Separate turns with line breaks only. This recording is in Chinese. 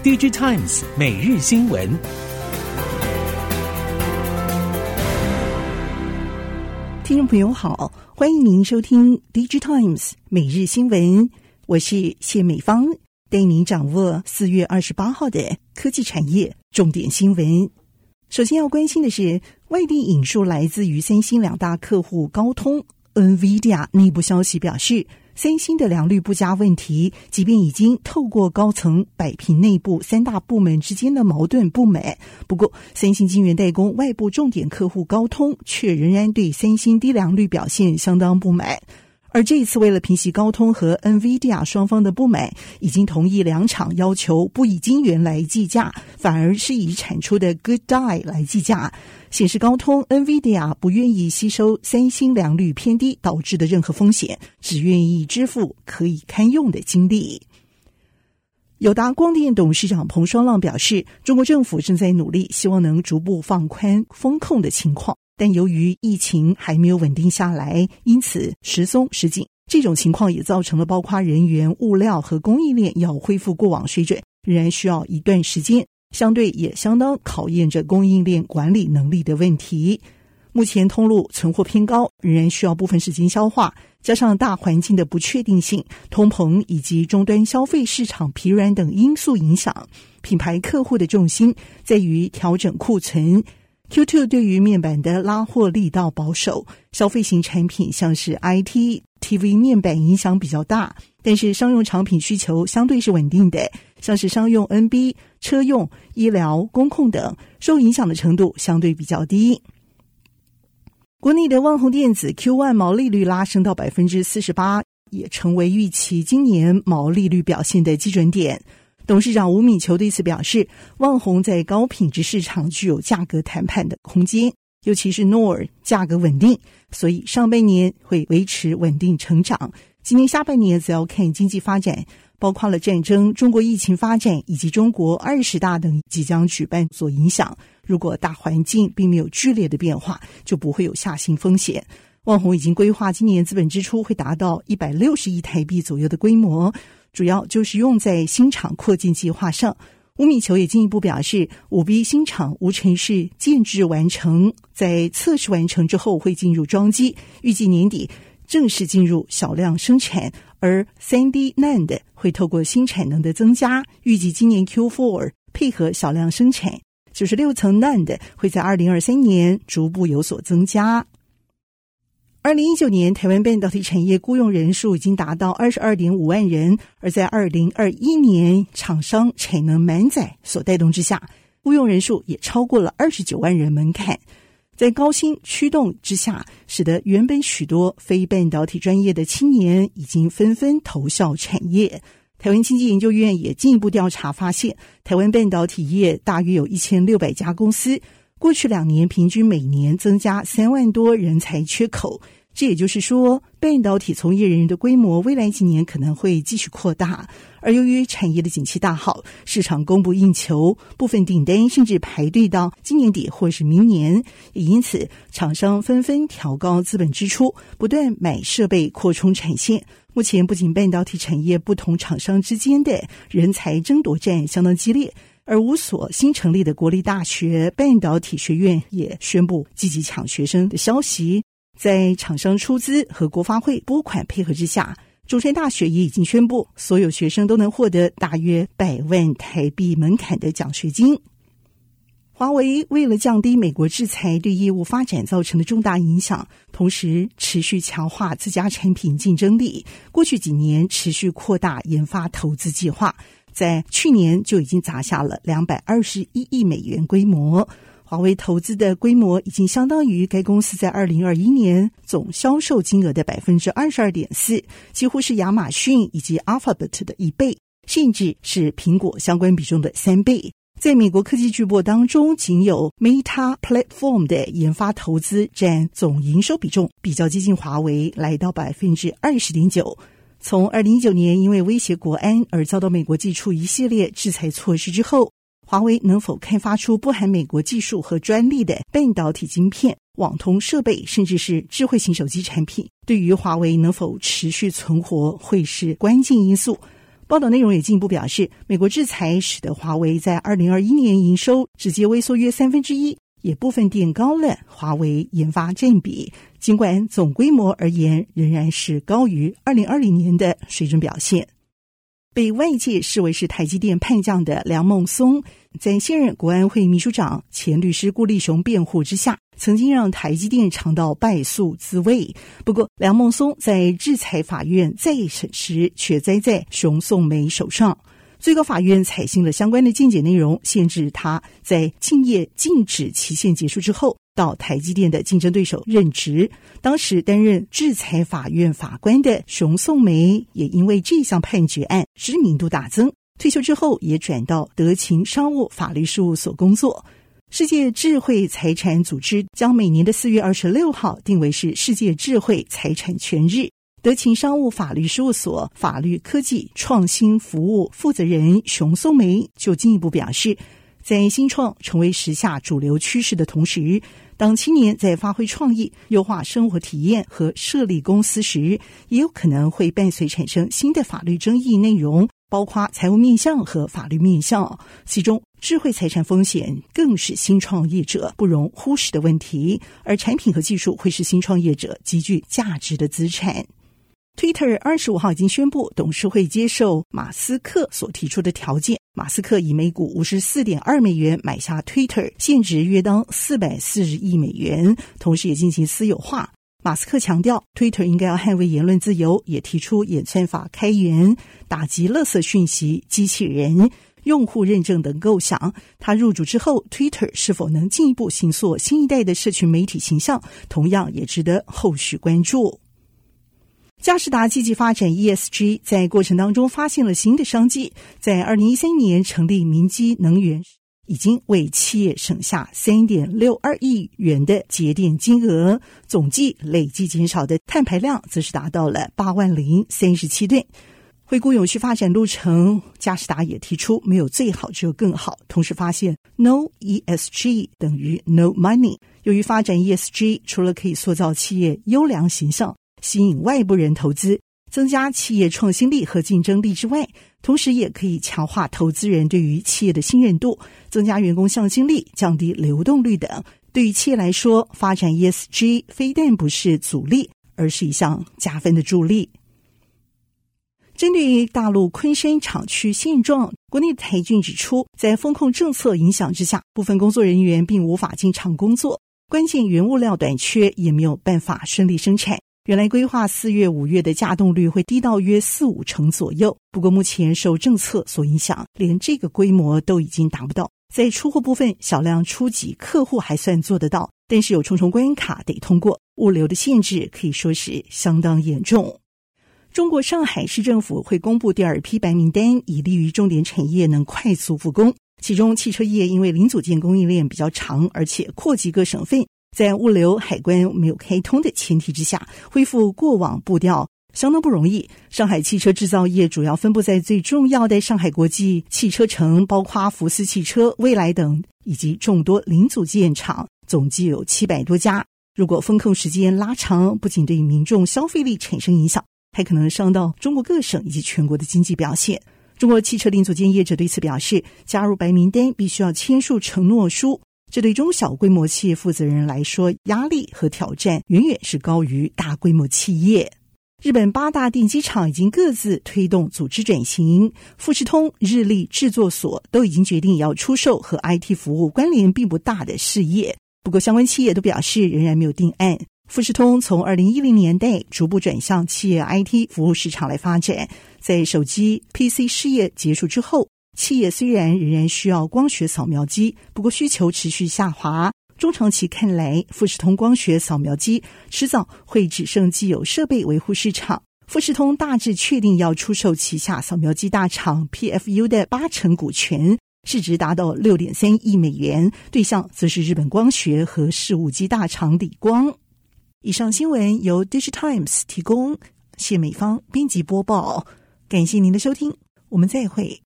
DG Times 每日新闻。
听众朋友好，欢迎您收听 DG Times 每日新闻，我是谢美芳，带您掌握4月28号的科技产业重点新闻。首先要关心的是，外地引述来自于三星两大客户高通、NVIDIA 内部消息表示，三星的良率不佳问题，即便已经透过高层摆平内部三大部门之间的矛盾不满，不过三星晶圆代工外部重点客户高通却仍然对三星低良率表现相当不满。而这一次为了平息高通和 NVIDIA 双方的不满，已经同意两厂要求不以晶圆来计价，反而是以产出的 Good Die 来计价，显示高通 NVIDIA 不愿意吸收三星良率偏低导致的任何风险，只愿意支付可以堪用的精力。友达光电董事长彭双浪表示，中国政府正在努力，希望能逐步放宽风控的情况，但由于疫情还没有稳定下来，因此时松时紧。这种情况也造成了包括人员、物料和供应链要恢复过往水准，仍然需要一段时间，相对也相当考验着供应链管理能力的问题。目前通路存货偏高，仍然需要部分时间消化，加上大环境的不确定性、通膨以及终端消费市场疲软等因素影响，品牌客户的重心在于调整库存。Q2 对于面板的拉货力道保守，消费型产品像是 IT、TV 面板影响比较大，但是商用产品需求相对是稳定的，像是商用 NB、车用、医疗、工控等，受影响的程度相对比较低。国内的旺宏电子 Q1 毛利率拉升到 48%， 也成为预期今年毛利率表现的基准点。董事长吴敏球对此表示，旺宏在高品质市场具有价格谈判的空间，尤其是 NOR 价格稳定，所以上半年会维持稳定成长。今年下半年则要看经济发展，包括了战争、中国疫情发展以及中国20大等即将举办所影响。如果大环境并没有剧烈的变化，就不会有下行风险。旺宏已经规划今年资本支出会达到160亿台币左右的规模，主要就是用在新厂扩建计划上。吴敏球也进一步表示，5B 新厂无尘室建制完成，在测试完成之后会进入装机，预计年底正式进入小量生产，而 3D NAND 会透过新产能的增加，预计今年 Q4 配合小量生产，96层 NAND 会在2023年逐步有所增加。2019年台湾半导体产业雇用人数已经达到 22.5 万人，而在2021年厂商产能满载所带动之下，雇用人数也超过了29万人门槛。在高薪驱动之下，使得原本许多非半导体专业的青年已经纷纷投效产业。台湾经济研究院也进一步调查发现，台湾半导体业大约有1600家公司，过去2年平均每年增加3万多人才缺口。这也就是说，半导体从业人员的规模未来几年可能会继续扩大，而由于产业的景气大好，市场供不应求，部分订单甚至排队到今年底或是明年，也因此厂商纷纷调高资本支出，不断买设备扩充产线。目前不仅半导体产业不同厂商之间的人才争夺战相当激烈，而5所新成立的国立大学半导体学院也宣布积极抢学生的消息。在厂商出资和国发会拨款配合之下，中山大学也已经宣布，所有学生都能获得大约100万台币门槛的奖学金。华为为了降低美国制裁对业务发展造成的重大影响，同时持续强化自家产品竞争力，过去几年持续扩大研发投资计划，在去年就已经砸下了221亿美元规模。华为投资的规模已经相当于该公司在2021年总销售金额的 22.4%， 几乎是亚马逊以及 Alphabet 的1倍，甚至是苹果相关比重的3倍。在美国科技巨擘当中，仅有 Meta Platform 的研发投资占总营收比重比较接近华为，来到 20.9%。从2019年因为威胁国安而遭到美国祭出一系列制裁措施之后，华为能否开发出不含美国技术和专利的半导体晶片、网通设备，甚至是智慧型手机产品，对于华为能否持续存活会是关键因素。 报道内容也进一步表示，美国制裁使得华为在2021年营收直接萎缩约1/3，也部分垫高了华为研发占比，尽管总规模而言仍然是高于2020年的水准表现。被外界视为是台积电叛将的梁孟松，在现任国安会秘书长前律师顾立雄辩护之下，曾经让台积电尝到败诉滋味。不过梁孟松在制裁法院再审时却栽在熊颂梅手上，最高法院采信了相关的见解内容，限制他在竞业禁止期限结束之后到台积电的竞争对手任职。当时担任制裁法院法官的熊颂梅也因为这项判决案知名度大增，退休之后也转到德勤商务法律事务所工作。世界智慧财产组织将每年的4月26号定为是世界智慧财产权日。德勤商务法律事务所法律科技创新服务负责人熊颂梅就进一步表示，在新创成为时下主流趋势的同时，当青年在发挥创意、优化生活体验和设立公司时，也有可能会伴随产生新的法律争议内容，包括财务面向和法律面向，其中智慧财产风险更是新创业者不容忽视的问题，而产品和技术会是新创业者极具价值的资产。Twitter 25号已经宣布，董事会接受马斯克所提出的条件。马斯克以每股54.2美元买下 Twitter， 现值约当440亿美元，同时也进行私有化。马斯克强调 Twitter 应该要捍卫言论自由，也提出演算法开源、打击垃圾讯息、机器人、用户认证等构想。他入主之后， Twitter 是否能进一步形塑新一代的社群媒体形象，同样也值得后续关注。佳士达积极发展 ESG， 在过程当中发现了新的商机，在2013年成立明基能源，已经为企业省下 3.62 亿元的节电金额，总计累计减少的碳排量则是达到了80037吨。回顾永续发展路程，佳士达也提出没有最好，只有更好，同时发现 No ESG 等于 No Money。 由于发展 ESG 除了可以塑造企业优良形象，吸引外部人投资，增加企业创新力和竞争力之外，同时也可以强化投资人对于企业的信任度，增加员工向心力，降低流动率等。对于企业来说，发展 ESG 非但不是阻力，而是一项加分的助力。针对大陆昆山厂区现状，国内的台郡指出，在风控政策影响之下，部分工作人员并无法进厂工作，关键原物料短缺，也没有办法顺利生产。原来规划4月、5月的稼动率会低到约4-5成左右，不过目前受政策所影响，连这个规模都已经达不到。在出货部分，小量出给客户还算做得到，但是有重重关卡得通过，物流的限制可以说是相当严重。中国上海市政府会公布第2批白名单，以利于重点产业能快速复工。其中汽车业因为零组件供应链比较长，而且扩及各省份，在物流海关没有开通的前提之下，恢复过往步调相当不容易。上海汽车制造业主要分布在最重要的上海国际汽车城，包括福斯汽车、蔚来等，以及众多零组件厂，总计有700多家。如果封控时间拉长，不仅对民众消费力产生影响，还可能伤到中国各省以及全国的经济表现。中国汽车零组件业者对此表示，加入白名单必须要签署承诺书，这对中小规模企业负责人来说，压力和挑战远远是高于大规模企业。日本8大电机厂已经各自推动组织转型，富士通、日立制作所都已经决定要出售和 IT 服务关联并不大的事业，不过相关企业都表示仍然没有定案。富士通从2010年代逐步转向企业 IT 服务市场来发展，在手机 PC 事业结束之后，企业虽然仍然需要光学扫描机，不过需求持续下滑。中长期看来，富士通光学扫描机迟早会只剩既有设备维护市场。富士通大致确定要出售旗下扫描机大厂 PFU 的80%股权，市值达到 6.3 亿美元，对象则是日本光学和事务机大厂理光。以上新闻由 DigiTimes 提供，谢美芳编辑播报，感谢您的收听，我们再会。